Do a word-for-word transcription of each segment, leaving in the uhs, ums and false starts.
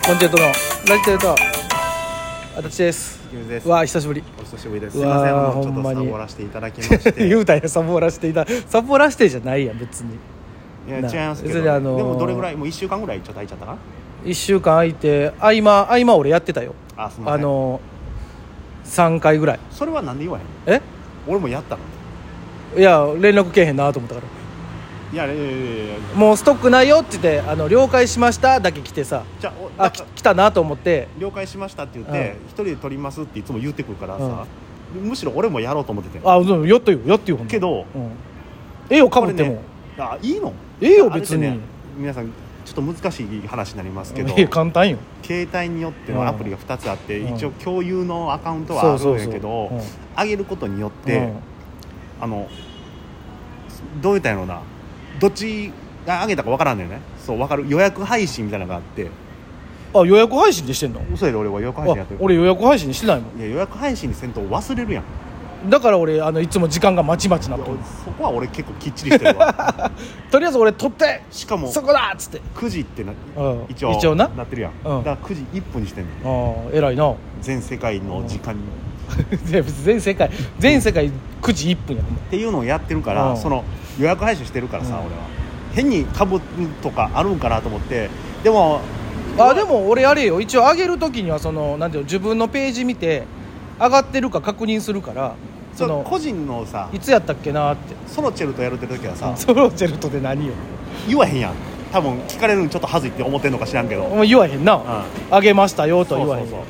コンチェルトのラジチェルト、私です。 です。 わあ久しぶり。 お久しぶりです。すいません、あのちょっとサボらせていただきまして言うたんや、サボらせていたサボらせてじゃないやん別に。 いや違いますけど、 ね、あのー、 でもどれぐらいもういっしゅうかんぐらいちょっと空いちゃったかな。 いっしゅうかん空いて合間合間俺やってたよ。 あ、すみません。 あのー、さんかいぐらい。 それはなんで言わへん。 え俺もやったの。 いや連絡けえへんなと思ったから。 いやいやいやいやもうストックないよって言ってあの了解しましただけ来てさ、じゃああ来たなと思って了解しましたって言って一人で取りますっていつも言ってくるからさ、うん、むしろ俺もやろうと思ってて。 あ、やってよやってよ。 けど、 うん、ええよかぶっても、ね、 あいいのええよ別に、 ね、皆さんちょっと難しい話になりますけど、 え簡単よ。 携帯によってのアプリがふたつあって、うん、一応共有のアカウントはあるんやけど、上げることによって、うん、あのどう言ったんやろうな、どっちが上げたか分からんのよね。そう分かる、予約配信みたいなのがあって。 あ、予約配信でしてんの？ 嘘やで、俺は予約配信やってる。 俺予約配信してないもん。 いや予約配信にせんと忘れるやん。 だから俺あのいつも時間がまちまちなってる。 そこは俺結構きっちりしてるわとりあえず俺取って、 しかもそこだっつってくじってな、 うん、 一応一応 な, なってるやん、 うん、 だからくじいっぷんにしてんの。 ああ偉いな。 全世界の時間に全世界全世界くじいっぷんやんっていうのをやってるから、その予約配信してるからさ、うん、俺は変に株とかあるんかなと思って。でもあでも俺あれよ、一応上げるときにはそのなんていうの、自分のページ見て上がってるか確認するから、 その個人のさ、 いつやったっけなって。 ソロチェルトやるって時はさ、 ソロチェルトで何よ言わへんやん。多分聞かれるのちょっと恥ずいって思ってんのか知らんけど、 もう言わへんな、うん、上げましたよとは言わへん。そうそうそう、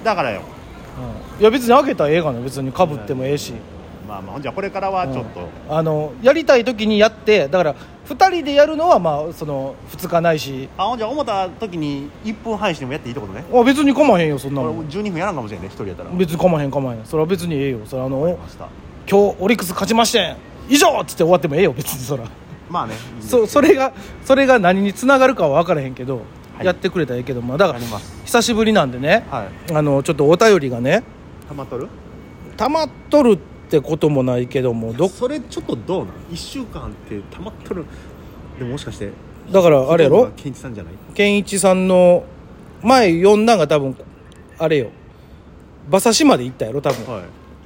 だからよ、 うん、いや別に上げたらええがな、別に被ってもええし、 まあまあじゃあこれからはちょっと、 うん、あのやりたい時にやって、だからふたりでやるのはまあそのふつかないし、 あじゃあ思った時にいっぷん配信でもやっていいってことね。 あ別に構わへんよそんなの。 じゅうにふんやらんかもしれんね、一人やったら。 別に構わへん構わへん、それは別にええよ。それあの今日オリックス勝ちましてん以上っつって終わってもええよ別に。そらまあね、いいそ, それがそれが何につながるかは分からへんけど、はい、やってくれたらええけど、まあ、だから久しぶりなんでね、はい、あのちょっとお便りがねたまっとるたまっとるってこともないけども、どそれちょっとどうなん、いっしゅうかんってたまっとる。でももしかしてだからあれやろ、 健一さんじゃない、 健一さんの前読んだんが多分あれよ、馬刺しまで行ったやろ多分、はい、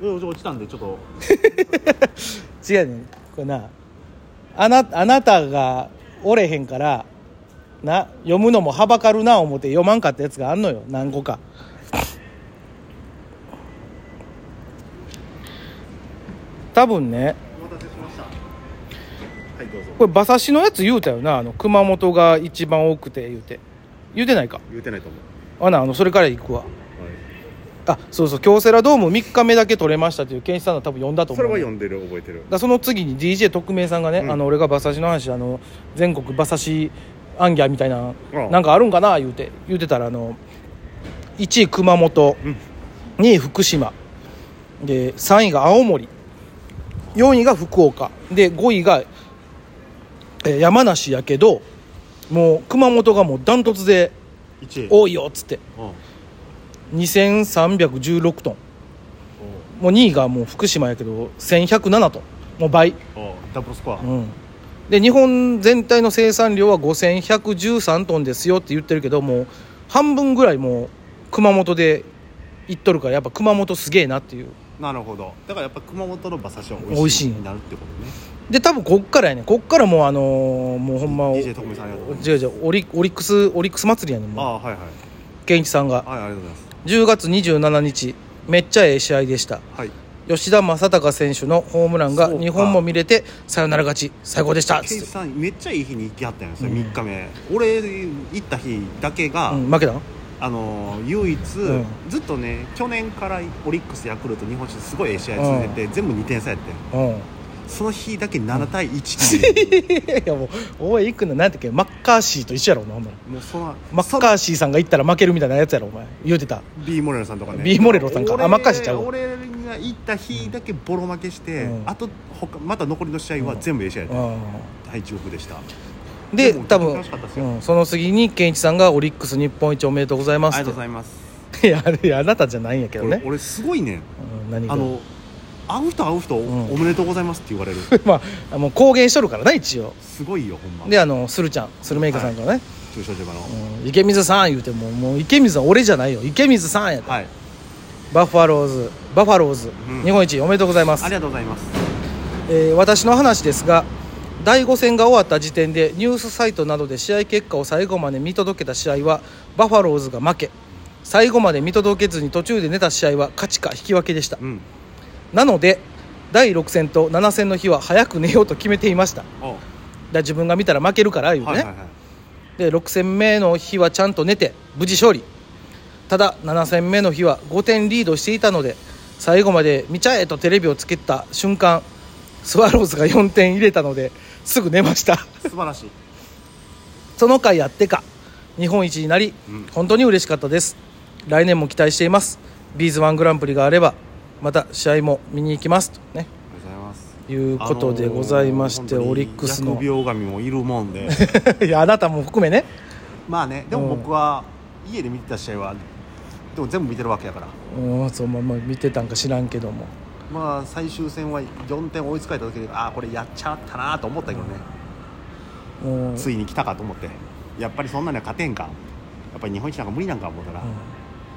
落ちたんでちょっと違うねんこれな、あなあなたがおれへんからな、読むのもはばかるな思って読まんかったやつがあんのよ、何個か。多分ね、 お待たせしました。はいどうぞ。 これ馬刺しのやつ言うたよな、あの熊本が一番多くて言うて言うてないか。 言うてないと思う。あなあのそれから行くわ、はい、あそうそう、京セラドームみっかめだけ取れましたっていう健一さんの多分読んだと思う。 それは読んでる、覚えてる。 だその次に ディージェー 特命さんがね、うん、あの俺が馬刺しの話、あの全国馬刺しアンギャみたいな、うん、なんかあるんかな言うて言うてたら、あのいちい熊本、うん、にい福島でさんいが青森、よんいが福岡でごいが、えー、山梨やけど、もう熊本がもうダントツで多いよっつって、うん、にせんさんびゃくじゅうろくトン、もうにいがもう福島やけどせんひゃくななトン、もう倍、 ダブルスコア、 うん、で日本全体の生産量はごせんひゃくじゅうさんトンですよって言ってるけど、もう半分ぐらいもう熊本でいっとるから、やっぱ熊本すげえなっていう。 なるほど、だからやっぱ熊本の馬刺しは美味しいになるってことね。 で多分こっからやね、こっからもうあのー、もうほんまディージェー 特命さんありがとうございます。 違う違うオリ、オリックスオリックス祭りやねん。もうあはいはい、 健一さんが、 はい、ありがとうございます。 じゅうがつにじゅうしちにちめっちゃええ試合でした、はい、吉田正尚選手のホームランがにほんも見れてサヨナラ勝ち、最高でした。 健一さんめっちゃいい日に行きはったんよ、それみっかめ、うん、俺行った日だけが、 うん、負けたのあの唯一、うん、ずっとね去年からオリックスヤクルト日本シリーズすごいええ試合続いてて、うん、全部にてん差やって、うん、その日だけななたいいちっていう、 いやもうおい行くのなんてっけ、マッカーシーと一緒やろお前。もうそのマッカーシーさんが行ったら負けるみたいなやつやろお前言うてた。 B モレロさんとかね、 B モレロさんか、あマッカーシーちゃうわ。 俺が行った日だけボロ負けして、うん、あと他また残りの試合は全部ええ試合やった、うん、はい地獄でした。 で多分、うん、その次に健一さんがオリックス日本一おめでとうございますって。 ありがとうございます。 いやあれあなたじゃないんやけどね。 俺すごいね、 うん、何があの会う人会う人、うん、おめでとうございますって言われるまあもう公言しとるからな一応。 すごいよほんま。 であのスルちゃんスルメイカさんがね、はい、 中小島の、 うん、池水さん言うてももう池水は俺じゃないよ池水さんやで、はい、バファローズバファローズ、うん、日本一おめでとうございます。 ありがとうございます。 えー、私の話ですがだいご戦が終わった時点でニュースサイトなどで試合結果を最後まで見届けた試合はバファローズが負け、最後まで見届けずに途中で寝た試合は勝ちか引き分けでした、うん、なのでだいろく戦となな戦の日は早く寝ようと決めていました。だ自分が見たら負けるから言うね、はいはいはい、でろく戦目の日はちゃんと寝て無事勝利。ただなな戦目の日はごてんリードしていたので最後まで見ちゃえとテレビをつけた瞬間スワローズがよんてん入れたのですぐ寝ました。 素晴らしい。 その回あってか日本一になり、うん、本当に嬉しかったです。来年も期待しています。ビーズワングランプリがあればまた試合も見に行きますとね、いうことでございまして、あのー、オリックスの疫病神もいるもんでいやあなたも含めね。 まあね、でも僕は家で見てた試合はでも全部見てるわけやから、 うん、そう、まあ、まあ見てたんか知らんけども、 まあ最終戦はよんてん追いつかれた時にああこれやっちゃったなと思ったけどね、うん、ついに来たかと思ってやっぱりそんなには勝てんか、やっぱり日本一なんか無理なんか思ったら、うん、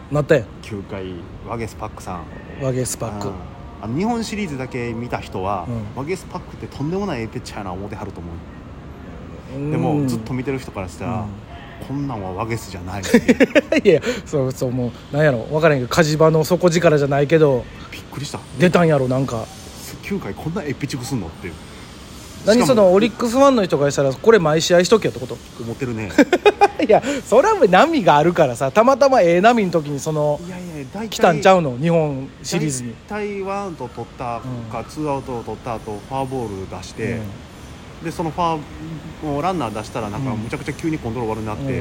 なったよきゅうかいワゲスパックさんワゲスパック、 あの日本シリーズだけ見た人は、うん、ワゲスパックってとんでもないエペッチャーな思ってはると思う、うん、でもずっと見てる人からしたら、うん、こんなんはワゲスじゃないいやそうそうもうなんやろ分からんけど火事場の底力じゃないけどびっくりした出たんやろなんかきゅうかいこんなエピチクすんのっていう。 何そのオリックスファンの人がしたらこれ毎試合しとけよってこと思ってるねいやそれは波があるからさたまたまええ波の時にそのいやいや大体来たんちゃうの日本シリーズに大体ワンアウト取ったか、うん、ツーアウトを取った後フォアボール出して、うん、でそのファーランナー出したらなんかむちゃくちゃ急にコントロール悪くなって、うん、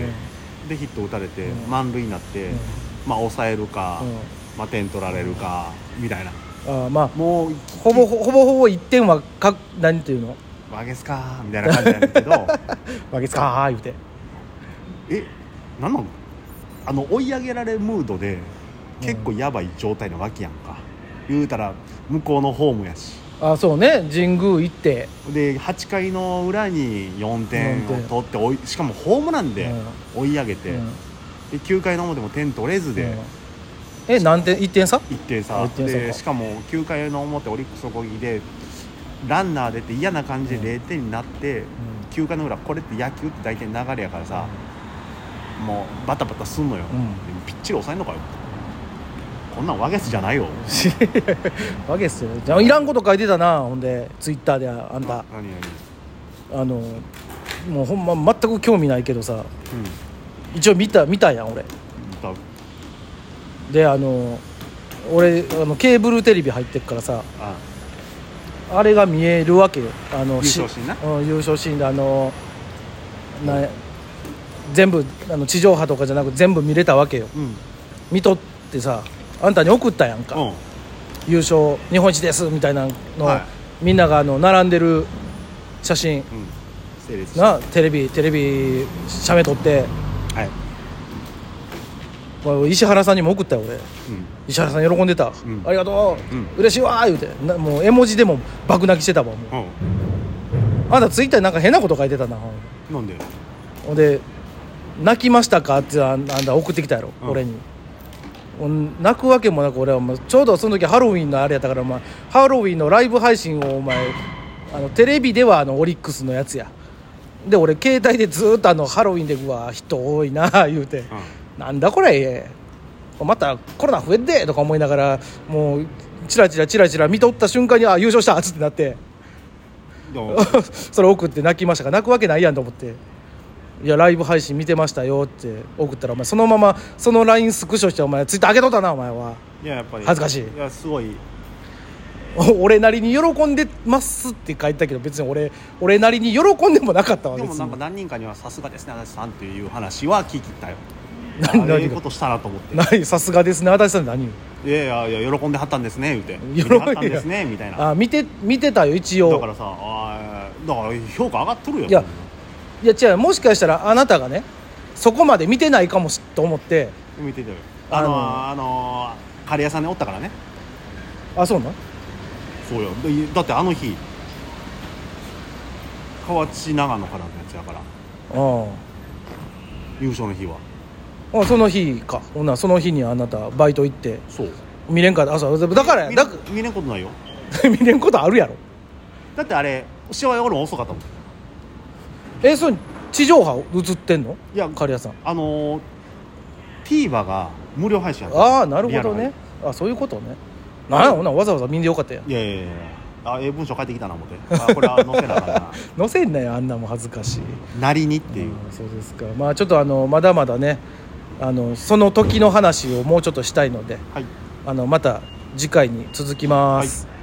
でヒット打たれて、うん、満塁になって、うん、まあ抑えるか、うんまあ、点取られるかみたいな、 あまあもうほぼほぼほぼいってんはか何ていうのワゲスかーみたいな感じなんだけどワゲスかー言うてえなんなのあの追い上げられるムードで結構やばい状態なわけやんか、うん、言うたら向こうのホームやし、あそうね神宮行ってではちかいの裏によんてんを取って追いしかもホームランで追い上げて、うん、できゅうかいの表も点取れずで、うん、 え何点いってん差いってん差でしかもきゅうかいの表オリックスの攻撃でランナー出て嫌な感じでれいてんになって、うん、きゅうかいの裏これって野球って大体流れやからさ、うん、もうバタバタすんのよ、うん、ぴっちり抑えんのかよこんなんワゲスじゃないよワゲスじゃいらんこと書いてたな。ほんでツイッターであんた何何あのもうほんま全く興味ないけどさ、うん、一応見た見たやん俺であの俺あのケーブルテレビ入ってるからさ あ, あれが見えるわけよあの優勝シーンな、 うん、優勝シーンであのな、うん、全部あの地上波とかじゃなく全部見れたわけよ、うん、見とってさあんたに送ったやんか、うん、優勝日本一ですみたいなの、はい、みんながあの並んでる写真、うん、なテレビテレビ写メ撮って、はい、石原さんにも送ったよ俺、うん、石原さん喜んでた、うん、ありがとう、うん、嬉しいわー言うてなもう絵文字でも爆泣きしてたわもう、うん、あんたツイッターになんか変なこと書いてたな。 なんでほんで泣きましたかってあんた送ってきたやろ、うん、俺に泣くわけもなく俺はちょうどその時ハロウィンのあれやったから、まあ、ハロウィンのライブ配信をお前あのテレビではあのオリックスのやつやで俺携帯でずっとあのハロウィンでうわ人多いな言うて、うん、なんだこれまたコロナ増えてとか思いながらもうチラチラチラチラ見とった瞬間にあ優勝したっつってなってそれ送って泣きましたから泣くわけないやんと思っていやライブ配信見てましたよって送ったらお前そのままその ライン スクショしてお前ツイッター上げとったなお前は。 いややっぱり恥ずかしい。 いやすごい俺なりに喜んでますって書いたけど別に 俺, 俺なりに喜んでもなかったわけでもなんか何人かにはさすがですね足立さんっていう話は聞きたよ。何ああいうことしたなと思ってさすがですね足立さん何いやいやいや喜んではったんですね言うて喜んではったんですねみたいなあ 見, て見てたよ一応だからさあだから評価上がっとるよ。 いやいや違うもしかしたらあなたがねそこまで見てないかもしと思って見てたよあのー、あのー、カレー屋さんにおったからね。 あそうなそうよだってあの日河内長野からのやつやからあ優勝の日は。 あその日か。ほんならその日にあなたバイト行ってそう見れんかった。あそうだからや見だ見れんことないよ。 見れんことあるやろ。 だってあれ試合終わるの遅かったもん。 えそれ地上波映ってんの？ いや刈谷さんあのー、TVer が無料配信やった。 ああなるほどね。あそういうことね。なんやほなわざわざ見んでよかったやん。 いやいやいやあええ文章書いてきたな思ってあこれは載せなあかんな載せんなよあんなもん恥ずかしい。 なりにっていう、 うんそうですか。まあちょっとあのまだまだねあのその時の話をもうちょっとしたいので、 はい、 あのまた次回に続きます、はい。